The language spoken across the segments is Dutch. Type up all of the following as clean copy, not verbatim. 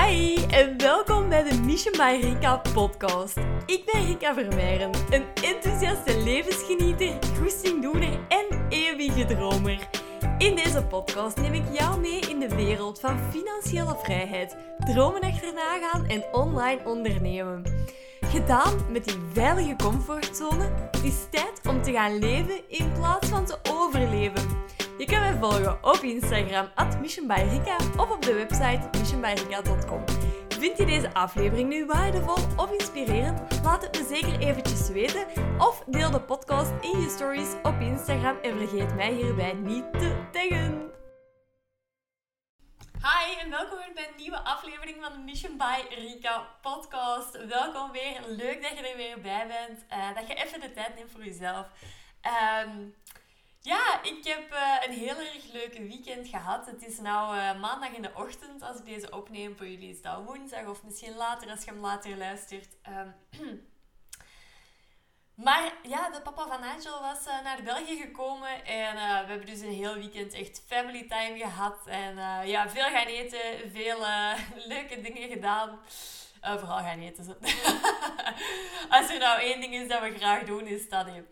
Hi en welkom bij de Mission by Rika podcast. Ik ben Rika Vermeijren, een enthousiaste levensgenieter, goestingdoener en eeuwige dromer. In deze podcast neem ik jou mee in de wereld van financiële vrijheid, dromen achterna gaan en online ondernemen. Gedaan met die veilige comfortzone, het is tijd om te gaan leven in plaats van te overleven. Je kan mij volgen op Instagram @missionbyrika of op de website missionbyrika.com. Vind je deze aflevering nu waardevol of inspirerend? Laat het me zeker eventjes weten of deel de podcast in je stories op Instagram en vergeet mij hierbij niet te taggen. Hi en welkom bij een nieuwe aflevering van de Mission by Rika podcast. Welkom weer, leuk dat je er weer bij bent, dat je even de tijd neemt voor jezelf. Ja, ik heb een heel erg leuke weekend gehad. Het is nu maandag in de ochtend als ik deze opneem. Voor jullie is het al woensdag of misschien later als je hem later luistert. Maar ja, de papa van Angel was naar België gekomen en we hebben dus een heel weekend echt family time gehad. En veel gaan eten, veel leuke dingen gedaan. Vooral gaan eten. Zo. Als er nou één ding is dat we graag doen, is dat hier.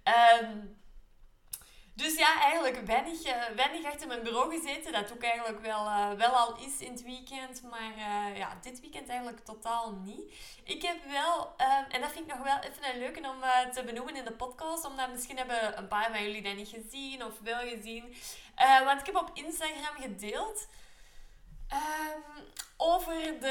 Dus ja, eigenlijk weinig achter mijn bureau gezeten. Dat doe ik eigenlijk wel al eens in het weekend. Maar dit weekend eigenlijk totaal niet. Ik heb wel, en dat vind ik nog wel even een leuke om te benoemen in de podcast. Omdat misschien hebben een paar van jullie dat niet gezien of wel gezien. Want ik heb op Instagram gedeeld over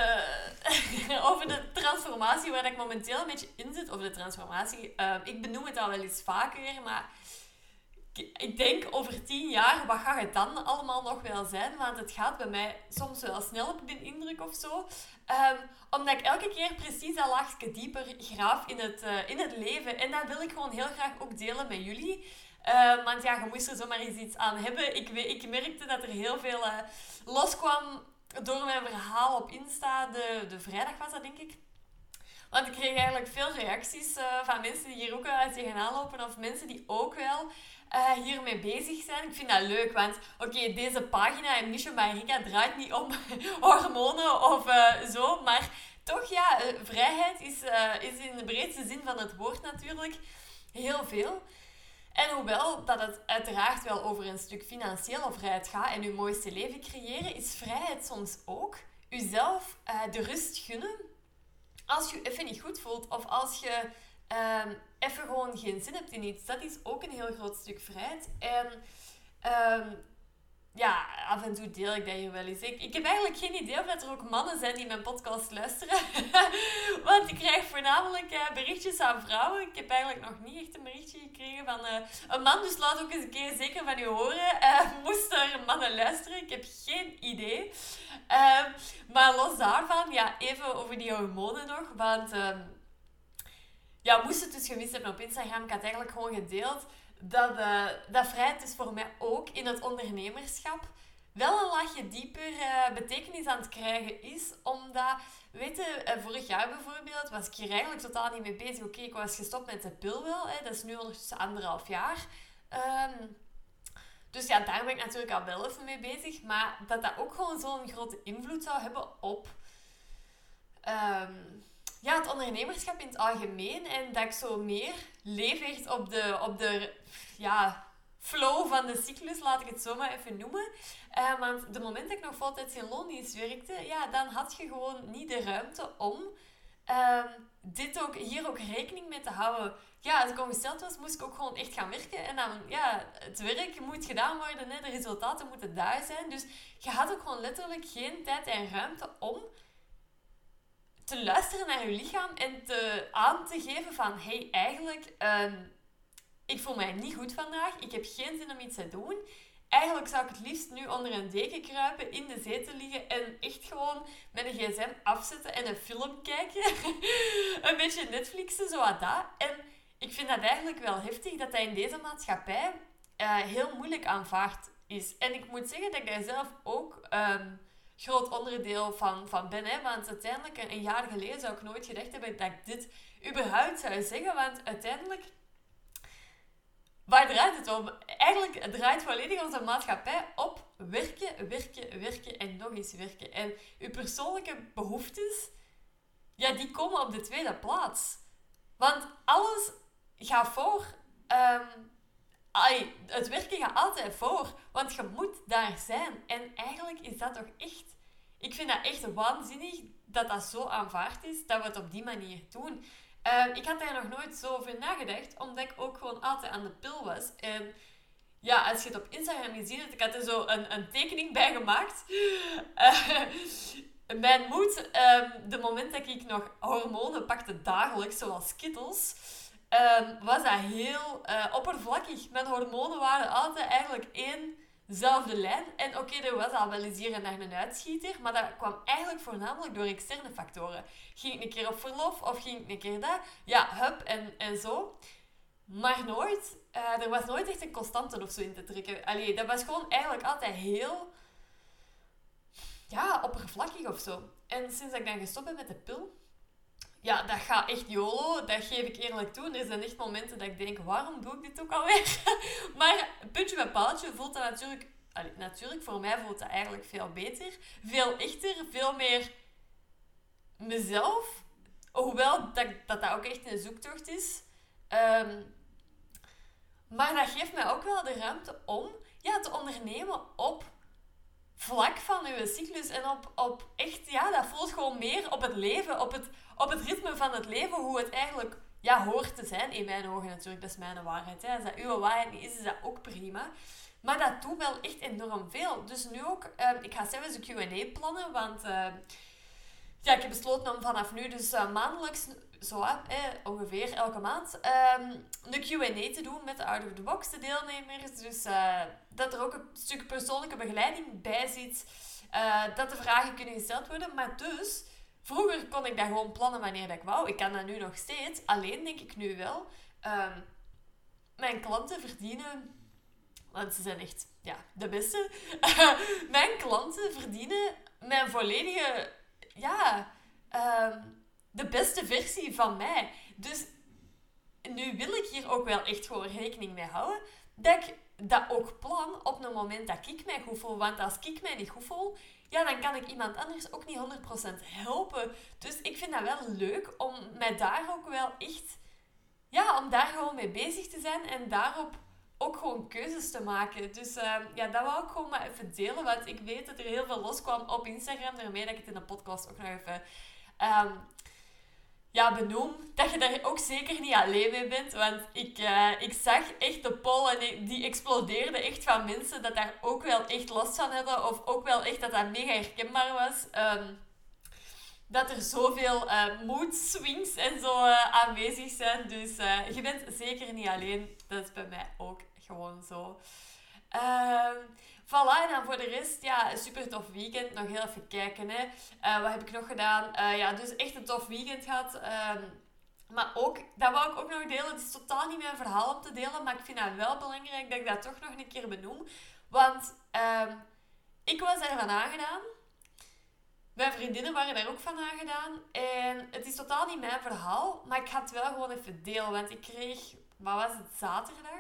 de transformatie waar ik momenteel een beetje in zit. Of de transformatie. Ik benoem het al wel eens vaker, maar ik denk over 10 jaar, wat gaat het dan allemaal nog wel zijn? Want het gaat bij mij soms wel snel, heb ik de indruk of zo. Omdat ik elke keer precies een laagje dieper graaf in het leven. En dat wil ik gewoon heel graag ook delen met jullie. Want ja, je moest er zomaar eens iets aan hebben. Ik merkte dat er heel veel loskwam door mijn verhaal op Insta. De vrijdag was dat, denk ik. Want ik kreeg eigenlijk veel reacties van mensen die hier ook wel tegenaan lopen. Of mensen die ook wel hiermee bezig zijn. Ik vind dat leuk, want oké, deze pagina en Mission by Rika draait niet om hormonen of zo. Maar toch, ja, vrijheid is in de breedste zin van het woord natuurlijk heel veel. En hoewel dat het uiteraard wel over een stuk financiële vrijheid gaat en je mooiste leven creëren, is vrijheid soms ook jezelf de rust gunnen als je even niet goed voelt of als je even gewoon geen zin hebt in iets. Dat is ook een heel groot stuk vrijheid. En af en toe deel ik dat hier wel eens. Ik heb eigenlijk geen idee of er ook mannen zijn die mijn podcast luisteren. Want ik krijg voornamelijk berichtjes aan vrouwen. Ik heb eigenlijk nog niet echt een berichtje gekregen van een man. Dus laat ook eens een keer zeker van u horen. Moest er mannen luisteren? Ik heb geen idee. Maar los daarvan, ja, even over die hormonen nog. Want moest het dus gemist hebben op Instagram. Ik had eigenlijk gewoon gedeeld dat vrijheid dus voor mij ook in het ondernemerschap wel een laagje dieper betekenis aan het krijgen is. Omdat, weet je, vorig jaar bijvoorbeeld was ik hier eigenlijk totaal niet mee bezig. Oké, ik was gestopt met de pil wel. Dat is nu ondertussen 1,5 jaar. Dus ja, daar ben ik natuurlijk al wel even mee bezig. Maar dat ook gewoon zo'n grote invloed zou hebben op het ondernemerschap in het algemeen. En dat ik zo meer leef echt op de flow van de cyclus, laat ik het zo maar even noemen. Want de moment dat ik nog voltijds in loondienst werkte, ja, dan had je gewoon niet de ruimte om hier ook rekening mee te houden. Ja, als ik ongesteld was, moest ik ook gewoon echt gaan werken. En dan, ja, het werk moet gedaan worden, hè, de resultaten moeten daar zijn. Dus je had ook gewoon letterlijk geen tijd en ruimte om te luisteren naar je lichaam en aan te geven van, hey, eigenlijk, ik voel mij niet goed vandaag, ik heb geen zin om iets te doen. Eigenlijk zou ik het liefst nu onder een deken kruipen, in de zetel liggen en echt gewoon met een gsm afzetten en een film kijken. Een beetje Netflixen, zo wat dat. En ik vind dat eigenlijk wel heftig dat in deze maatschappij heel moeilijk aanvaard is. En ik moet zeggen dat ik daar zelf ook groot onderdeel van ben. Hè? Want uiteindelijk, een jaar geleden zou ik nooit gedacht hebben dat ik dit überhaupt zou zeggen. Want uiteindelijk waar draait het om? Eigenlijk draait volledig onze maatschappij op werken, werken, werken en nog eens werken. En uw persoonlijke behoeftes, ja, die komen op de tweede plaats. Want alles gaat voor. Het werken gaat altijd voor. Want je moet daar zijn. En eigenlijk is dat toch echt... Ik vind dat echt waanzinnig dat dat zo aanvaard is, dat we het op die manier doen. Ik had daar nog nooit zo over nagedacht, omdat ik ook gewoon altijd aan de pil was. En ja, als je het op Instagram ziet, ik had er zo een tekening bij gemaakt. Mijn moed, de moment dat ik nog hormonen pakte dagelijks, zoals Skittles, was dat heel oppervlakkig. Mijn hormonen waren altijd eigenlijk éénzelfde lijn. En oké, er was al wel eens hier en daar een uitschieter, maar dat kwam eigenlijk voornamelijk door externe factoren. Ging ik een keer op verlof of ging ik een keer dat? Ja, hup en zo. Maar nooit, er was nooit echt een constante of zo in te trekken. Allee, dat was gewoon eigenlijk altijd heel... Ja, oppervlakkig of zo. En sinds ik dan gestopt ben met de pil... Ja, dat gaat echt YOLO. Dat geef ik eerlijk toe. Er zijn echt momenten dat ik denk, waarom doe ik dit ook alweer? Maar puntje bij paaltje voelt dat natuurlijk... Natuurlijk, voor mij voelt dat eigenlijk veel beter. Veel echter, veel meer mezelf. Hoewel dat ook echt een zoektocht is. Maar dat geeft mij ook wel de ruimte om te ondernemen op vlak van uw cyclus. En op echt, ja, dat voelt gewoon meer op het leven, op het ritme van het leven, hoe het eigenlijk hoort te zijn. In mijn ogen natuurlijk, dat is mijn waarheid. Hè. Als dat uw waarheid niet is, is dat ook prima. Maar dat doet wel echt enorm veel. Dus nu ook, ik ga zelfs een Q&A plannen, want ik heb besloten om vanaf nu dus maandelijks, ongeveer elke maand, een Q&A te doen met de Out of the Box, de deelnemers. Dus dat er ook een stuk persoonlijke begeleiding bij zit. Dat de vragen kunnen gesteld worden. Maar dus, vroeger kon ik dat gewoon plannen wanneer dat ik wou. Ik kan dat nu nog steeds. Alleen denk ik nu wel, mijn klanten verdienen... Want ze zijn echt de beste. Mijn klanten verdienen mijn volledige... de beste versie van mij. Dus nu wil ik hier ook wel echt gewoon rekening mee houden dat ik dat ook plan op een moment dat ik mij goed voel. Want als ik mij niet goed voel, dan kan ik iemand anders ook niet 100% helpen. Dus ik vind dat wel leuk om mij daar ook wel echt... om daar gewoon mee bezig te zijn en daarop ook gewoon keuzes te maken. Dus dat wou ik gewoon maar even delen. Want ik weet dat er heel veel loskwam op Instagram. Daarmee dat ik het in de podcast ook nog even benoem. Dat je daar ook zeker niet alleen mee bent. Want ik zag echt de poll en die explodeerde echt van mensen dat daar ook wel echt last van hadden. Of ook wel echt dat dat mega herkenbaar was. Dat er zoveel mood swings en zo aanwezig zijn. Dus je bent zeker niet alleen. Dat is bij mij ook gewoon zo. Voilà, en dan voor de rest, een super tof weekend. Nog heel even kijken, hè. Wat heb ik nog gedaan? Dus echt een tof weekend gehad. Maar ook, dat wou ik ook nog delen. Het is totaal niet mijn verhaal om te delen, maar ik vind het wel belangrijk dat ik dat toch nog een keer benoem. Want ik was daarvan aangedaan. Mijn vriendinnen waren daar ook van aangedaan. En het is totaal niet mijn verhaal, maar ik ga het wel gewoon even delen. Want ik kreeg, wat was het, zaterdag?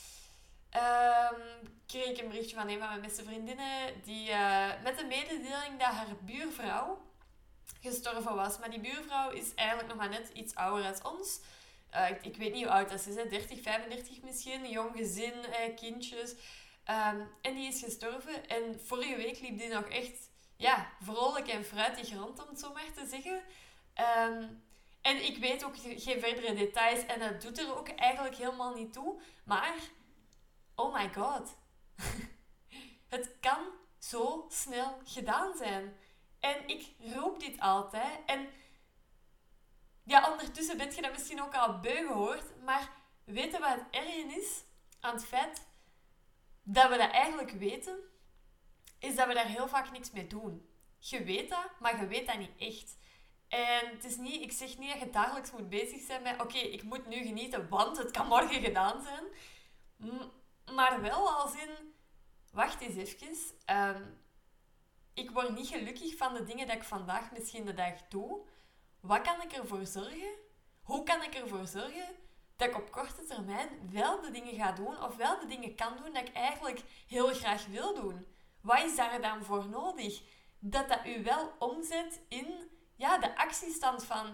Kreeg ik een berichtje van een van mijn beste vriendinnen die met de mededeling dat haar buurvrouw gestorven was. Maar die buurvrouw is eigenlijk nog maar net iets ouder dan ons. Ik weet niet hoe oud dat ze is, hè? 30, 35 misschien. Een jong gezin, kindjes. En die is gestorven. En vorige week liep die nog echt vrolijk en fruitig rond, om het zo maar te zeggen. En ik weet ook geen verdere details. En dat doet er ook eigenlijk helemaal niet toe. Maar... oh my god. Het kan zo snel gedaan zijn. En ik roep dit altijd. En ondertussen bent je dat misschien ook al beu gehoord. Maar weet je wat het erg is aan het feit dat we dat eigenlijk weten? Is dat we daar heel vaak niks mee doen. Je weet dat, maar je weet dat niet echt. En het is niet, ik zeg niet dat je dagelijks moet bezig zijn met... oké, ik moet nu genieten, want het kan morgen gedaan zijn. Maar wel als in... wacht eens even. Ik word niet gelukkig van de dingen dat ik vandaag misschien de dag doe. Wat kan ik ervoor zorgen? Hoe kan ik ervoor zorgen dat ik op korte termijn wel de dingen ga doen of wel de dingen kan doen dat ik eigenlijk heel graag wil doen. Wat is daar dan voor nodig? Dat u wel omzet in de actiestand van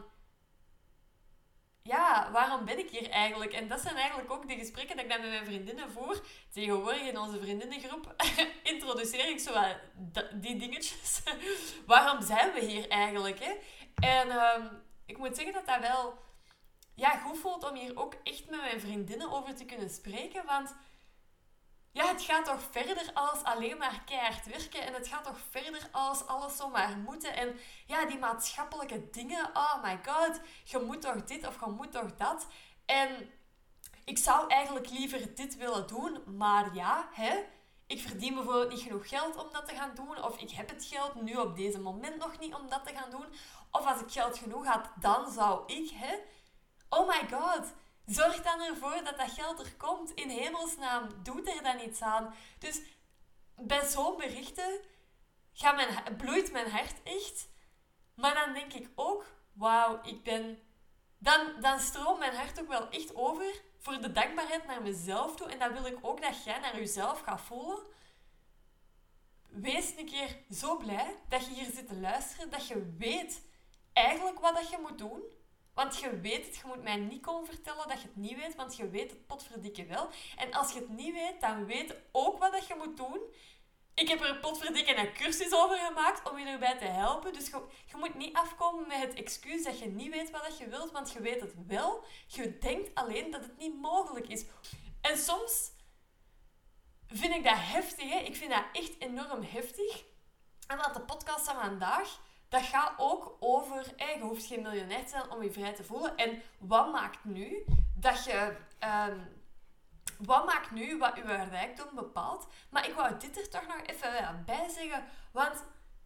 waarom ben ik hier eigenlijk? En dat zijn eigenlijk ook de gesprekken dat ik dan met mijn vriendinnen voer. Tegenwoordig in onze vriendinnengroep introduceer ik zo die dingetjes. Waarom zijn we hier eigenlijk? Hè? En ik moet zeggen dat dat wel goed voelt om hier ook echt met mijn vriendinnen over te kunnen spreken. Want het gaat toch verder als alleen maar keihard werken. En het gaat toch verder als alles zomaar moeten. En die maatschappelijke dingen. Oh my god, je moet toch dit of je moet toch dat. En ik zou eigenlijk liever dit willen doen. Maar ik verdien bijvoorbeeld niet genoeg geld om dat te gaan doen. Of ik heb het geld nu op deze moment nog niet om dat te gaan doen. Of als ik geld genoeg had, dan zou ik. Oh my god. Zorg dan ervoor dat dat geld er komt. In hemelsnaam, doe er dan iets aan. Dus bij zo'n berichten bloeit mijn hart echt. Maar dan denk ik ook, wauw, Dan stroomt mijn hart ook wel echt over voor de dankbaarheid naar mezelf toe. En dat wil ik ook dat jij naar jezelf gaat voelen. Wees een keer zo blij dat je hier zit te luisteren. Dat je weet eigenlijk wat dat je moet doen. Want je weet het, je moet mij niet komen vertellen dat je het niet weet, want je weet het potverdikke wel. En als je het niet weet, dan weet je ook wat dat je moet doen. Ik heb er potverdikke een cursus over gemaakt om je erbij te helpen. Dus je moet niet afkomen met het excuus dat je niet weet wat dat je wilt, want je weet het wel. Je denkt alleen dat het niet mogelijk is. En soms vind ik dat heftig, hè. Ik vind dat echt enorm heftig. En dat de podcast van vandaag... Dat gaat ook over, je hoeft geen miljonair te zijn om je vrij te voelen. En wat maakt nu dat je... wat maakt nu wat uw rijkdom bepaalt? Maar ik wou dit er toch nog even bij zeggen. Want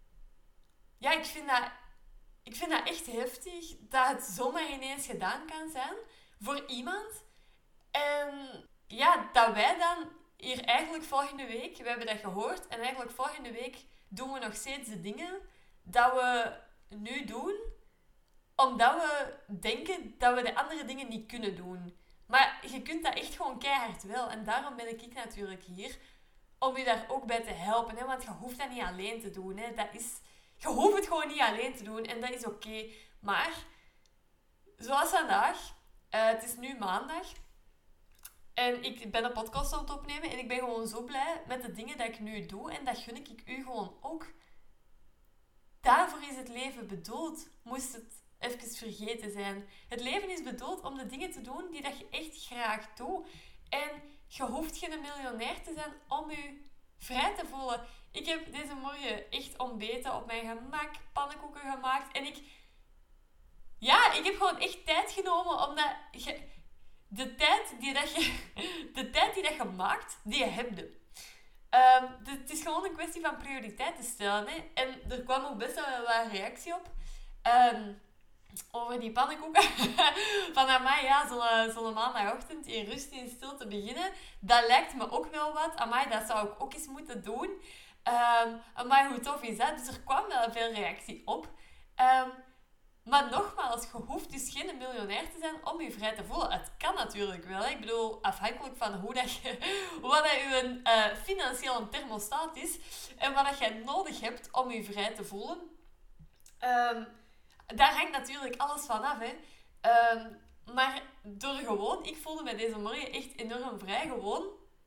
ik vind dat echt heftig dat het zomaar ineens gedaan kan zijn voor iemand. En dat wij dan hier eigenlijk volgende week... We hebben dat gehoord. En eigenlijk volgende week doen we nog steeds de dingen... dat we nu doen, omdat we denken dat we de andere dingen niet kunnen doen. Maar je kunt dat echt gewoon keihard wel. En daarom ben ik natuurlijk hier, om je daar ook bij te helpen. Hè? Want je hoeft dat niet alleen te doen. Hè? Je hoeft het gewoon niet alleen te doen en dat is oké. Maar, zoals vandaag, het is nu maandag. En ik ben een podcast aan het opnemen en ik ben gewoon zo blij met de dingen dat ik nu doe. En dat gun ik u gewoon ook. Daarvoor is het leven bedoeld, moest het even vergeten zijn. Het leven is bedoeld om de dingen te doen die dat je echt graag doet. En je hoeft geen miljonair te zijn om je vrij te voelen. Ik heb deze morgen echt ontbeten op mijn gemak, pannenkoeken gemaakt. En ik heb gewoon echt tijd genomen omdat de tijd die dat je maakt, die je hebt. Het is gewoon een kwestie van prioriteiten stellen. Hè? En er kwam ook best wel wat reactie op. Over die pannenkoeken. Van amai, zo'n maandagochtend in rust en stilte beginnen. Dat lijkt me ook wel wat. Amai, dat zou ik ook eens moeten doen. Amai, hoe tof is dat? Dus er kwam wel veel reactie op. Maar nogmaals, je hoeft dus geen miljonair te zijn om je vrij te voelen. Het kan natuurlijk wel. Hè? Ik bedoel, afhankelijk van wat dat je financiële thermostaat is en wat dat jij nodig hebt om je vrij te voelen. Daar hangt natuurlijk alles van af. Hè? Maar ik voelde me deze morgen echt enorm vrij. Gewoon,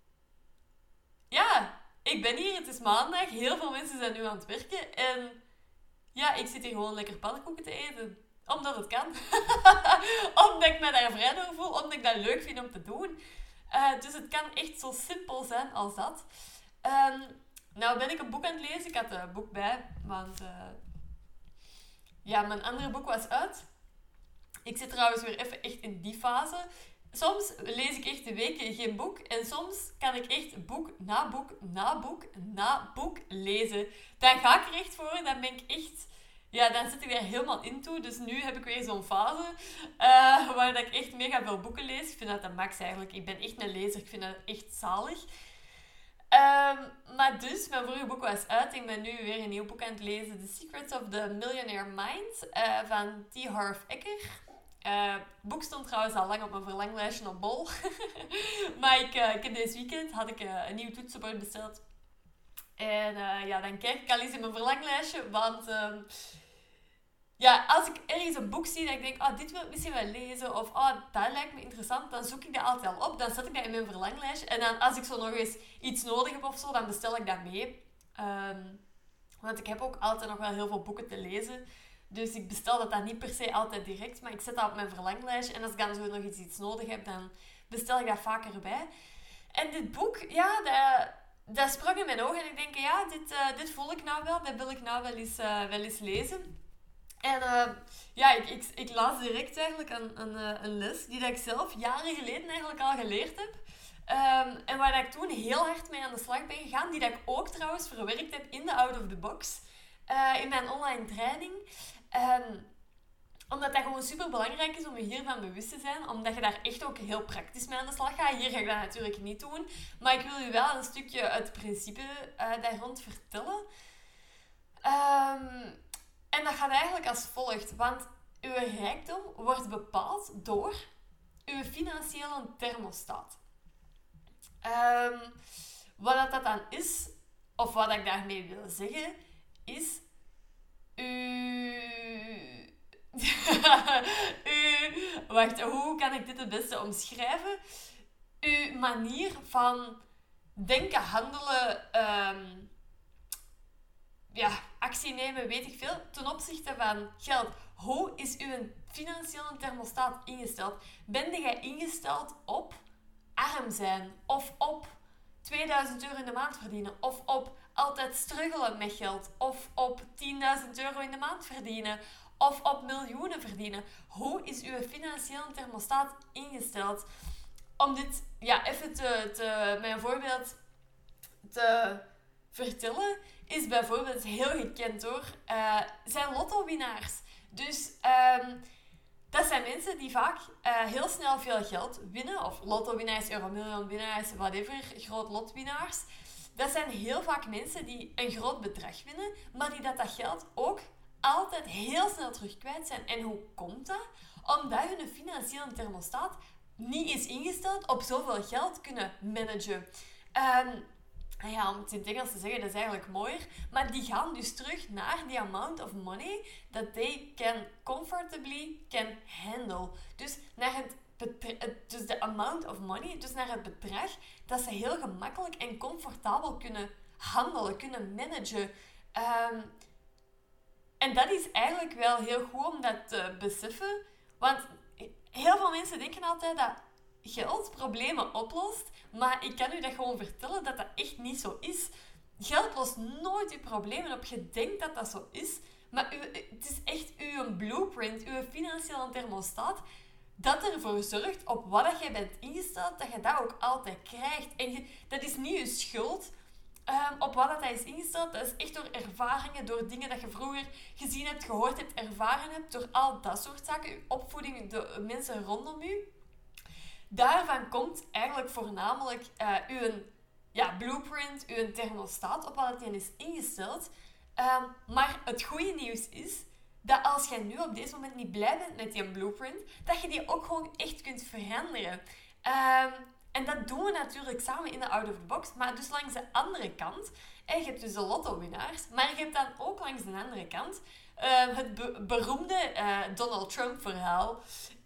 ik ben hier, het is maandag. Heel veel mensen zijn nu aan het werken. En ik zit hier gewoon lekker pannenkoeken te eten. Omdat het kan. Omdat ik me daar vrij door voel. Omdat ik dat leuk vind om te doen. Dus het kan echt zo simpel zijn als dat. Nou ben ik een boek aan het lezen. Ik had een boek bij. Want mijn andere boek was uit. Ik zit trouwens weer even echt in die fase. Soms lees ik echt de weken geen boek. En soms kan ik echt boek na boek na boek na boek lezen. Dan ga ik er echt voor. Dan ben ik echt... dan zit ik weer helemaal in toe. Dus nu heb ik weer zo'n fase waar dat ik echt mega veel boeken lees. Ik vind dat de max eigenlijk. Ik ben echt een lezer. Ik vind dat echt zalig. Maar dus, mijn vorige boek was uit. Ik ben nu weer een nieuw boek aan het lezen. The Secrets of the Millionaire Mind van T. Harv Eker. Het boek stond trouwens al lang op mijn verlanglijstje op bol. Maar ik heb deze weekend een nieuw toetsenbord besteld. En dan kijk ik al eens in mijn verlanglijstje. Want als ik ergens een boek zie dat ik denk, dit wil ik misschien wel lezen. Of dat lijkt me interessant. Dan zoek ik dat altijd al op. Dan zet ik dat in mijn verlanglijstje. En dan als ik zo nog eens iets nodig heb of zo, dan bestel ik dat mee. Want ik heb ook altijd nog wel heel veel boeken te lezen. Dus ik bestel dat niet per se altijd direct. Maar ik zet dat op mijn verlanglijstje. En als ik dan zo nog iets nodig heb, dan bestel ik dat vaker bij. En dit boek, dat sprong in mijn ogen. En ik denk, dit voel ik nou wel. Dat wil ik nou wel eens lezen. En ik las direct eigenlijk een les die dat ik zelf jaren geleden eigenlijk al geleerd heb. En waar dat ik toen heel hard mee aan de slag ben gegaan. Die dat ik ook trouwens verwerkt heb in de Out of the Box. In mijn online training. Omdat dat gewoon super belangrijk is om je hiervan bewust te zijn. Omdat je daar echt ook heel praktisch mee aan de slag gaat. Hier ga ik dat natuurlijk niet doen. Maar ik wil je wel een stukje het principe daar rond vertellen. En dat gaat eigenlijk als volgt. Want uw rijkdom wordt bepaald door uw financiële thermostaat. Wat dat dan is, of wat ik daarmee wil zeggen, is wacht, hoe kan ik dit het beste omschrijven? Uw manier van denken, handelen, actie nemen, weet ik veel, ten opzichte van geld. Hoe is uw financiële thermostaat ingesteld? Ben jij ingesteld op arm zijn? Of op 2000 euro in de maand verdienen? Of op altijd struggelen met geld? Of op 10.000 euro in de maand verdienen? Of op miljoenen verdienen? Hoe is uw financiële thermostaat ingesteld? Om dit even met een voorbeeld te vertellen, is bijvoorbeeld heel gekend hoor. Zijn lotto-winnaars. Dus dat zijn mensen die vaak heel snel veel geld winnen. Of lotto-winnaars, euro-miljoen-winnaars, whatever, groot lotwinnaars. Dat zijn heel vaak mensen die een groot bedrag winnen, maar die dat geld ook altijd heel snel terug kwijt zijn. En hoe komt dat? Omdat hun financiële thermostaat niet is ingesteld op zoveel geld kunnen managen. Om het in het Engels te zeggen, dat is eigenlijk mooier. Maar die gaan dus terug naar the amount of money that they can comfortably can handle. Dus naar dus de amount of money, dus naar het bedrag dat ze heel gemakkelijk en comfortabel kunnen handelen, kunnen managen. En dat is eigenlijk wel heel goed om dat te beseffen. Want heel veel mensen denken altijd dat geld problemen oplost. Maar ik kan u dat gewoon vertellen dat dat echt niet zo is. Geld lost nooit uw problemen op. Je denkt dat dat zo is. Maar het is echt uw blueprint, uw financiële thermostaat, dat ervoor zorgt op wat dat jij bent ingesteld, dat je dat ook altijd krijgt. En dat is niet je schuld. Op wat dat is ingesteld, dat is echt door ervaringen, door dingen dat je vroeger gezien hebt, gehoord hebt, ervaren hebt, door al dat soort zaken, je opvoeding, de mensen rondom u. Daarvan komt eigenlijk voornamelijk uw blueprint, uw thermostaat, op wat het is ingesteld. Maar het goede nieuws is dat als jij nu op deze moment niet blij bent met die blueprint, dat je die ook gewoon echt kunt veranderen. En dat doen we natuurlijk samen in de Out of the Box. Maar dus langs de andere kant, je hebt dus de lotto-winnaars, maar je hebt dan ook langs de andere kant het beroemde Donald Trump verhaal.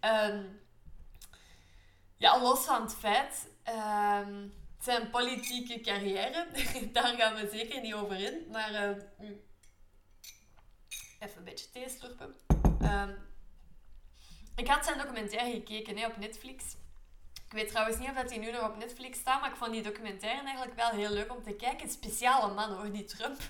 Los van het feit, zijn politieke carrière, daar gaan we zeker niet over in. Maar even een beetje thee slurpen. Ik had zijn documentaire gekeken op Netflix. Ik weet trouwens niet of dat die nu nog op Netflix staat, maar ik vond die documentaire eigenlijk wel heel leuk om te kijken. Een speciale man hoor, die Trump.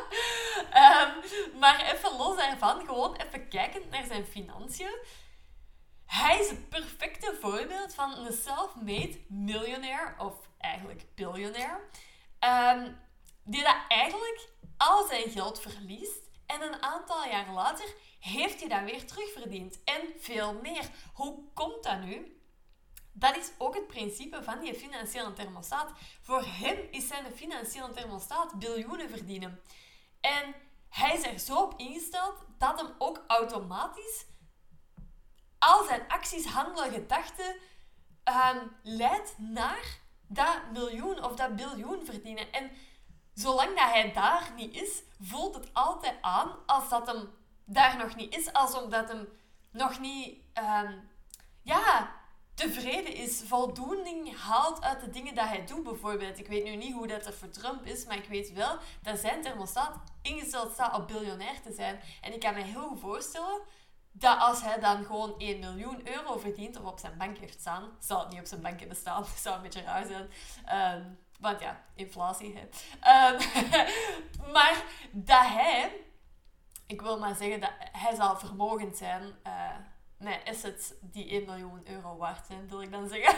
Maar even los daarvan, gewoon even kijkend naar zijn financiën. Hij is het perfecte voorbeeld van een self-made miljonair, of eigenlijk biljonair, die dat eigenlijk al zijn geld verliest en een aantal jaar later heeft hij dat weer terugverdiend. En veel meer. Hoe komt dat nu? Dat is ook het principe van die financiële thermostaat. Voor hem is zijn financiële thermostaat biljoenen verdienen. En hij is er zo op ingesteld dat hem ook automatisch al zijn acties, handelen, gedachten leidt naar dat miljoen of dat biljoen verdienen. En zolang dat hij daar niet is, voelt het altijd aan als dat hem daar nog niet is. Alsof dat hem nog niet tevreden is, voldoening haalt uit de dingen dat hij doet bijvoorbeeld. Ik weet nu niet hoe dat er voor Trump is, maar ik weet wel dat zijn thermostaat ingesteld staat op biljonair te zijn. En ik kan me heel goed voorstellen dat als hij dan gewoon 1 miljoen euro verdient of op zijn bank heeft staan, zal het niet op zijn bank hebben staan, dat zou een beetje raar zijn. Want ja, inflatie. Hè. Maar dat hij, ik wil maar zeggen dat hij zal vermogend zijn met assets die 1 miljoen euro waard zijn, wil ik dan zeggen.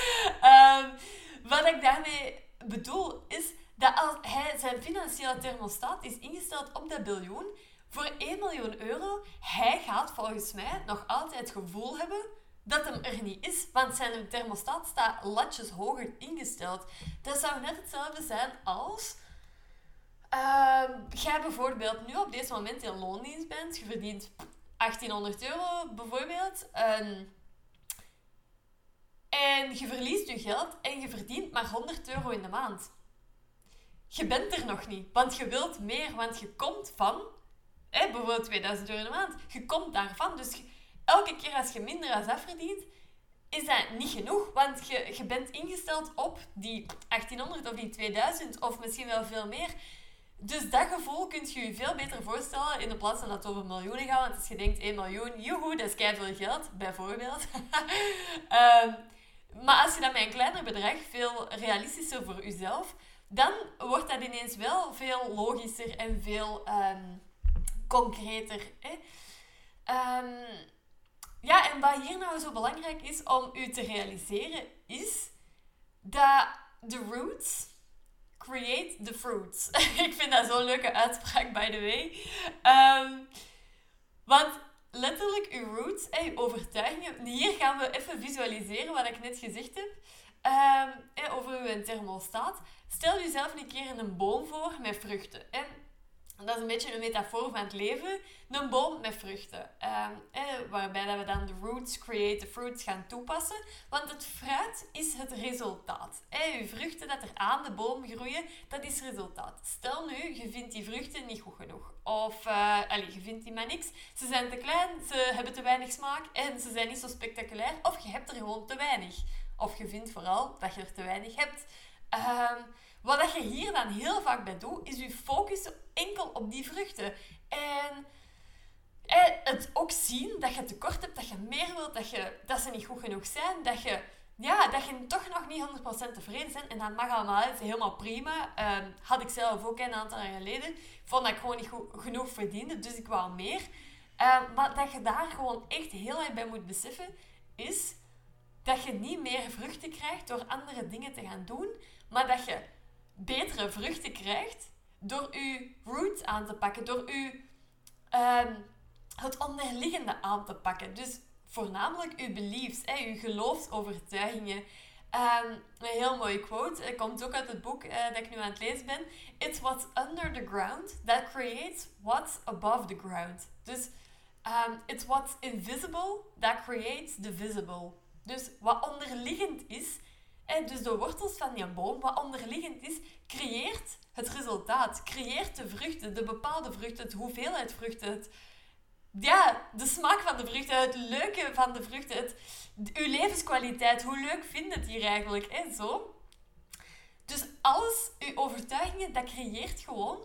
Wat ik daarmee bedoel is dat als hij zijn financiële thermostaat is ingesteld op dat biljoen, voor 1 miljoen euro, hij gaat volgens mij nog altijd het gevoel hebben dat hem er niet is, want zijn thermostaat staat latjes hoger ingesteld. Dat zou net hetzelfde zijn als jij bijvoorbeeld nu op deze moment in loondienst bent, je verdient 1800 euro bijvoorbeeld, en je verliest je geld en je verdient maar 100 euro in de maand. Je bent er nog niet, want je wilt meer, want je komt van bijvoorbeeld 2000 euro in de maand. Je komt daarvan, dus elke keer als je minder als dat verdient, is dat niet genoeg, want je bent ingesteld op die 1800 of die 2000 of misschien wel veel meer. Dus dat gevoel kun je je veel beter voorstellen in de plaats van dat het over miljoenen gaat. Want als je denkt 1 miljoen, joehoe, dat is keiveel geld, bijvoorbeeld. Maar als je dat met een kleiner bedrag, veel realistischer voor jezelf, dan wordt dat ineens wel veel logischer en veel concreter. Hè? En wat hier nou zo belangrijk is om u te realiseren, is dat de roots create the fruits. Ik vind dat zo'n leuke uitspraak, by the way. Want letterlijk, uw roots, uw overtuigingen. Hier gaan we even visualiseren wat ik net gezegd heb. Over uw thermostaat. Stel jezelf een keer een boom voor met vruchten. Dat is een beetje een metafoor van het leven. Een boom met vruchten. Waarbij dat we dan de roots create the fruits gaan toepassen. Want het fruit is het resultaat. Je vruchten dat er aan de boom groeien, dat is het resultaat. Stel nu, je vindt die vruchten niet goed genoeg. Of je vindt die maar niks. Ze zijn te klein, ze hebben te weinig smaak en ze zijn niet zo spectaculair. Of je hebt er gewoon te weinig. Of je vindt vooral dat je er te weinig hebt. Wat je hier dan heel vaak bij doet, is je focussen enkel op die vruchten. En het ook zien dat je tekort hebt, dat je meer wilt, dat ze niet goed genoeg zijn, dat je toch nog niet 100% tevreden bent. En dat mag allemaal, het is helemaal prima. Had ik zelf ook een aantal jaar geleden. Ik vond dat ik gewoon niet goed genoeg verdiende, dus ik wou meer. Maar dat je daar gewoon echt heel erg bij moet beseffen, is dat je niet meer vruchten krijgt door andere dingen te gaan doen, maar dat je betere vruchten krijgt door je roots aan te pakken, door je het onderliggende aan te pakken. Dus voornamelijk je beliefs, je geloofsovertuigingen. Een heel mooie quote, komt ook uit het boek dat ik nu aan het lezen ben. It's what's under the ground that creates what's above the ground. Dus it's what's invisible that creates the visible. Dus wat onderliggend is, dus de wortels van die boom, wat onderliggend is, creëert het resultaat. Creëert de vruchten, de bepaalde vruchten, de hoeveelheid vruchten. De smaak van de vruchten, het leuke van de vruchten, uw levenskwaliteit. Hoe leuk vindt het hier eigenlijk? Zo. Dus alles, uw overtuigingen, dat creëert gewoon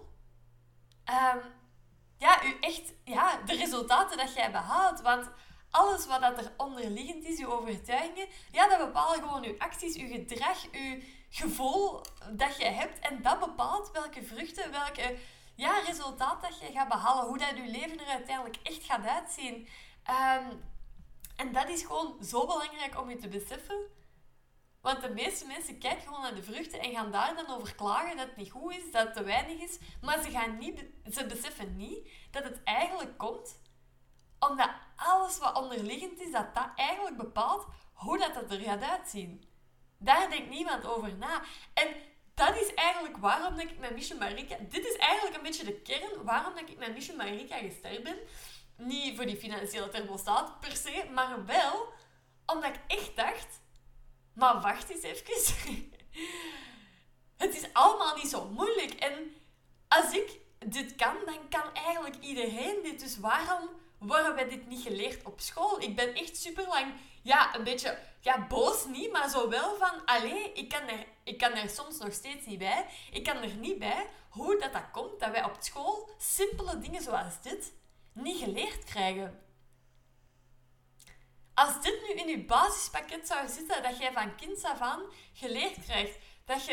de resultaten dat jij behaalt. Want alles wat dat er onderliggend is, je overtuigingen, dat bepalen gewoon je acties, je gedrag, je gevoel dat je hebt. En dat bepaalt welke vruchten, welke resultaat dat je gaat behalen, hoe dat je leven er uiteindelijk echt gaat uitzien. En dat is gewoon zo belangrijk om je te beseffen. Want de meeste mensen kijken gewoon naar de vruchten en gaan daar dan over klagen dat het niet goed is, dat het te weinig is. Maar ze beseffen niet dat het eigenlijk komt omdat alles wat onderliggend is, dat eigenlijk bepaalt hoe dat er gaat uitzien. Daar denkt niemand over na. En dat is eigenlijk waarom dat ik met Mission Marika... Dit is eigenlijk een beetje de kern waarom dat ik met Mission Marika gestart ben. Niet voor die financiële thermostaat per se, maar wel omdat ik echt dacht... Maar wacht eens even. Het is allemaal niet zo moeilijk. En als ik dit kan, dan kan eigenlijk iedereen dit. Dus waarom worden wij dit niet geleerd op school? Ik ben echt super lang, een beetje, boos niet, maar zo wel van, ik kan er soms nog steeds niet bij. Ik kan er niet bij hoe dat komt dat wij op school simpele dingen zoals dit niet geleerd krijgen. Als dit nu in je basispakket zou zitten, dat jij van kinds af aan geleerd krijgt, dat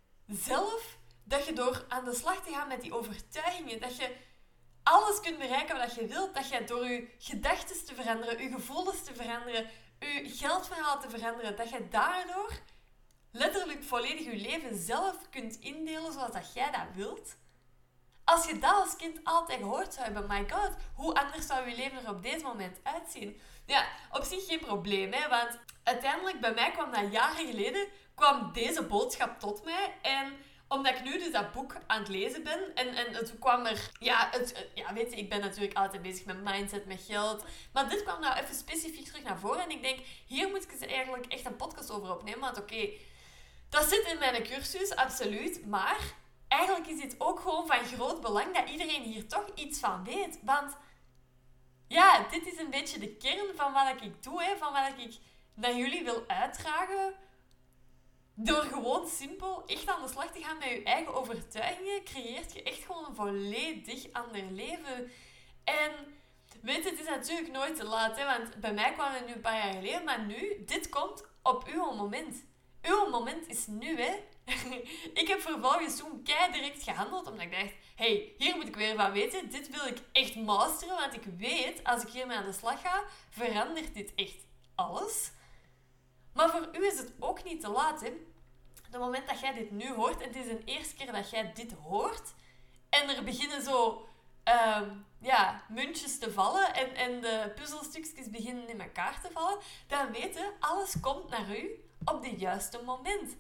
je door aan de slag te gaan met die overtuigingen, dat je alles kunt bereiken wat je wilt, dat je door je gedachten te veranderen, je gevoelens te veranderen, je geldverhaal te veranderen, dat je daardoor letterlijk volledig je leven zelf kunt indelen zoals dat jij dat wilt. Als je dat als kind altijd gehoord zou hebben, my god, hoe anders zou je leven er op deze moment uitzien? Ja, op zich geen probleem, hè, want uiteindelijk bij mij kwam dat jaren geleden, kwam deze boodschap tot mij. En omdat ik nu dus dat boek aan het lezen ben en het kwam er... weet je, ik ben natuurlijk altijd bezig met mindset, met geld. Maar dit kwam nou even specifiek terug naar voren. En ik denk, hier moet ik eens eigenlijk echt een podcast over opnemen. Want oké, dat zit in mijn cursus, absoluut. Maar eigenlijk is dit ook gewoon van groot belang dat iedereen hier toch iets van weet. Want ja, dit is een beetje de kern van wat ik doe, hè, van wat ik naar jullie wil uitdragen. Door gewoon simpel echt aan de slag te gaan met je eigen overtuigingen, creëert je echt gewoon een volledig ander leven. En weet je, het is natuurlijk nooit te laat, hè, want bij mij kwam het nu een paar jaar geleden, maar nu, dit komt op uw moment. Uw moment is nu, hè. Ik heb vervolgens toen direct gehandeld, omdat ik dacht, hey, hier moet ik weer van weten, dit wil ik echt masteren, want ik weet, als ik hiermee aan de slag ga, verandert dit echt alles. Maar voor u is het ook niet te laat, hè. Op het moment dat jij dit nu hoort, en het is de eerste keer dat jij dit hoort, en er beginnen zo muntjes te vallen en de puzzelstukjes beginnen in elkaar te vallen, dan weet je, alles komt naar u op het juiste moment.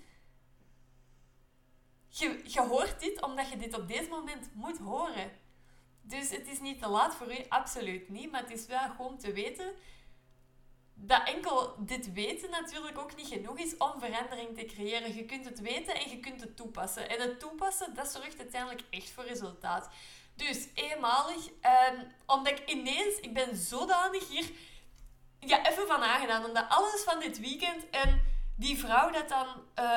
Je hoort dit omdat je dit op dit moment moet horen. Dus het is niet te laat voor u, absoluut niet, maar het is wel gewoon te weten dat enkel dit weten natuurlijk ook niet genoeg is om verandering te creëren. Je kunt het weten en je kunt het toepassen. En het toepassen, dat zorgt uiteindelijk echt voor resultaat. Dus eenmalig, omdat ik ben zodanig hier even van aangedaan. Omdat alles van dit weekend en die vrouw dat dan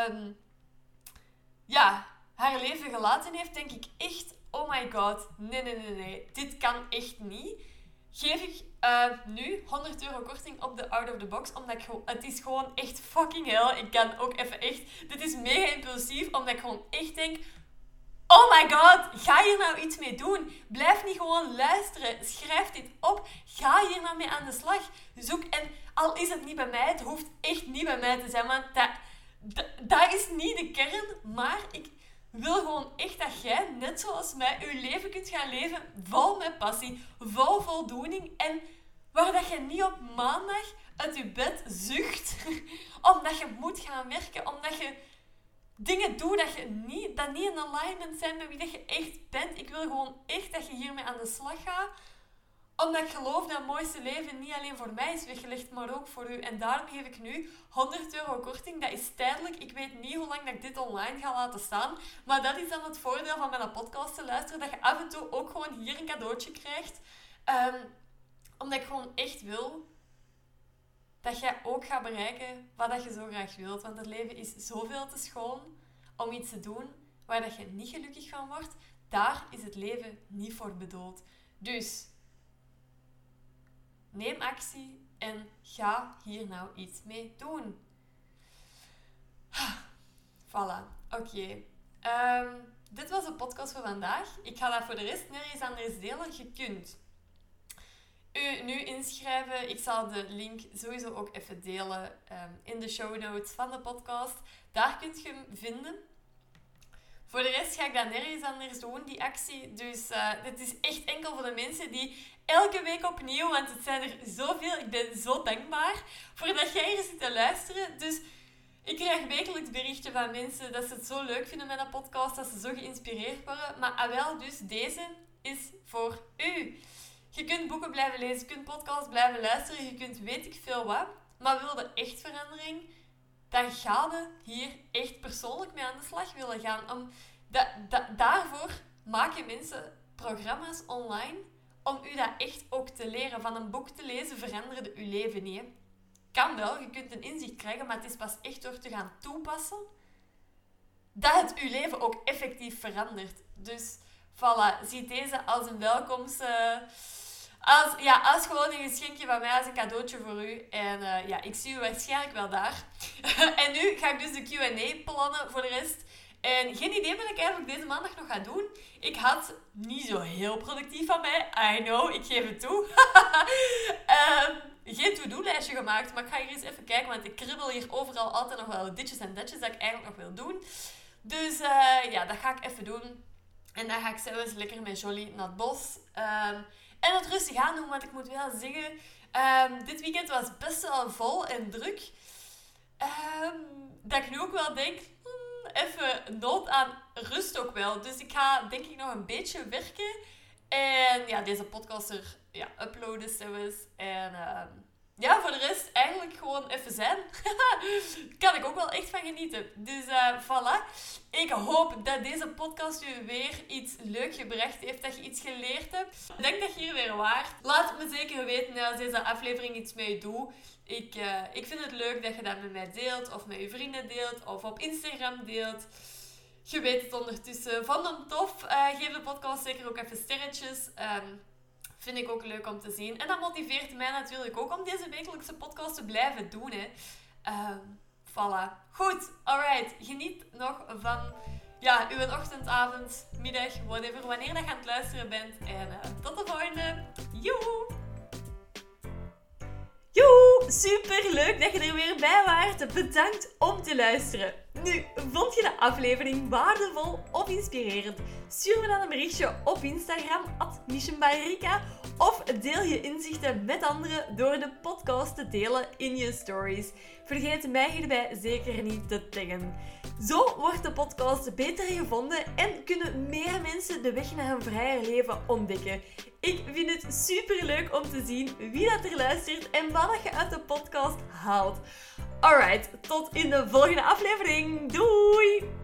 haar leven gelaten heeft, denk ik echt, oh my god, nee, dit kan echt niet. Geef ik nu €100 korting op de Out of the Box, omdat het is gewoon echt fucking hell. Ik kan ook even echt, dit is mega impulsief, omdat ik gewoon echt denk, oh my god, ga hier nou iets mee doen. Blijf niet gewoon luisteren, schrijf dit op, ga hier nou mee aan de slag. Zoek, en al is het niet bij mij, het hoeft echt niet bij mij te zijn, want dat is niet de kern, maar ik wil gewoon echt dat jij, net zoals mij, je leven kunt gaan leven vol met passie, vol voldoening en waar dat je niet op maandag uit je bed zucht omdat je moet gaan werken, omdat je dingen doet dat niet in alignment zijn met wie dat je echt bent. Ik wil gewoon echt dat je hiermee aan de slag gaat, omdat ik geloof dat het mooiste leven niet alleen voor mij is weggelegd, maar ook voor u. En daarom geef ik nu €100 korting. Dat is tijdelijk. Ik weet niet hoe lang dat ik dit online ga laten staan. Maar dat is dan het voordeel van mijn podcast te luisteren. Dat je af en toe ook gewoon hier een cadeautje krijgt. Omdat ik gewoon echt wil dat jij ook gaat bereiken wat dat je zo graag wilt. Want het leven is zoveel te schoon om iets te doen waar dat je niet gelukkig van wordt. Daar is het leven niet voor bedoeld. Dus neem actie en ga hier nou iets mee doen. Voilà, oké. Dit was de podcast voor vandaag. Ik ga dat voor de rest nergens anders delen. Je kunt u nu inschrijven. Ik zal de link sowieso ook even delen in de show notes van de podcast. Daar kunt je hem vinden. Voor de rest ga ik dat nergens anders doen, die actie. Dus dit is echt enkel voor de mensen die elke week opnieuw, want het zijn er zoveel. Ik ben zo dankbaar voor dat jij hier zit te luisteren. Dus ik krijg wekelijks berichten van mensen dat ze het zo leuk vinden met een podcast, dat ze zo geïnspireerd worden. Maar wel, dus deze is voor u. Je kunt boeken blijven lezen, je kunt podcasts blijven luisteren, je kunt weet ik veel wat. Maar wil je echt verandering, dan ga je hier echt persoonlijk mee aan de slag willen gaan. Daarvoor maken mensen programma's online om u dat echt ook te leren. Van een boek te lezen veranderde uw leven niet. Hè. Kan wel, je kunt een inzicht krijgen, maar het is pas echt door te gaan toepassen dat het uw leven ook effectief verandert. Dus voilà, zie deze als een welkomst... Als gewoon een geschenkje van mij, als een cadeautje voor u. En ik zie u waarschijnlijk wel daar. En nu ga ik dus de Q&A plannen voor de rest. En geen idee wat ik eigenlijk deze maandag nog ga doen. Ik had niet zo heel productief van mij. I know, ik geef het toe. Geen to-do-lijstje gemaakt, maar ik ga hier eens even kijken, want ik kribbel hier overal altijd nog wel ditjes en datjes dat ik eigenlijk nog wil doen. Dus dat ga ik even doen. En dan ga ik zelfs lekker met Jolie naar het bos. En het rustig aan doen, want ik moet wel zeggen, dit weekend was best wel vol en druk. Dat ik nu ook wel denk, even nood aan rust ook wel. Dus ik ga denk ik nog een beetje werken. En ja, deze podcast uploaden zelfs. En voor de rest eigenlijk gewoon even zijn. Kan ik ook wel echt van genieten. Dus voilà. Ik hoop dat deze podcast u weer iets leuk gebracht heeft. Dat je iets geleerd hebt. Ik denk dat je hier weer waart. Laat me zeker weten als deze aflevering iets met je doet. Ik vind het leuk dat je dat met mij deelt. Of met je vrienden deelt. Of op Instagram deelt. Je weet het ondertussen. Vond hem tof. Geef de podcast zeker ook even sterretjes. Vind ik ook leuk om te zien. En dat motiveert mij natuurlijk ook om deze wekelijkse podcast te blijven doen. Hè. Voilà. Goed. Alright. Geniet nog van uw ochtend, avond, middag, whatever. Wanneer dat je aan het luisteren bent. En tot de volgende. Joehoe! Joe, super leuk dat je er weer bij waart. Bedankt om te luisteren. Nu, vond je de aflevering waardevol of inspirerend? Stuur me dan een berichtje op Instagram @missionbyrika of deel je inzichten met anderen door de podcast te delen in je stories. Vergeet mij hierbij zeker niet te taggen. Zo wordt de podcast beter gevonden en kunnen meer mensen de weg naar een vrijer leven ontdekken. Ik vind het super leuk om te zien wie dat er luistert en wat je uit de podcast haalt. Alright, tot in de volgende aflevering. Doei!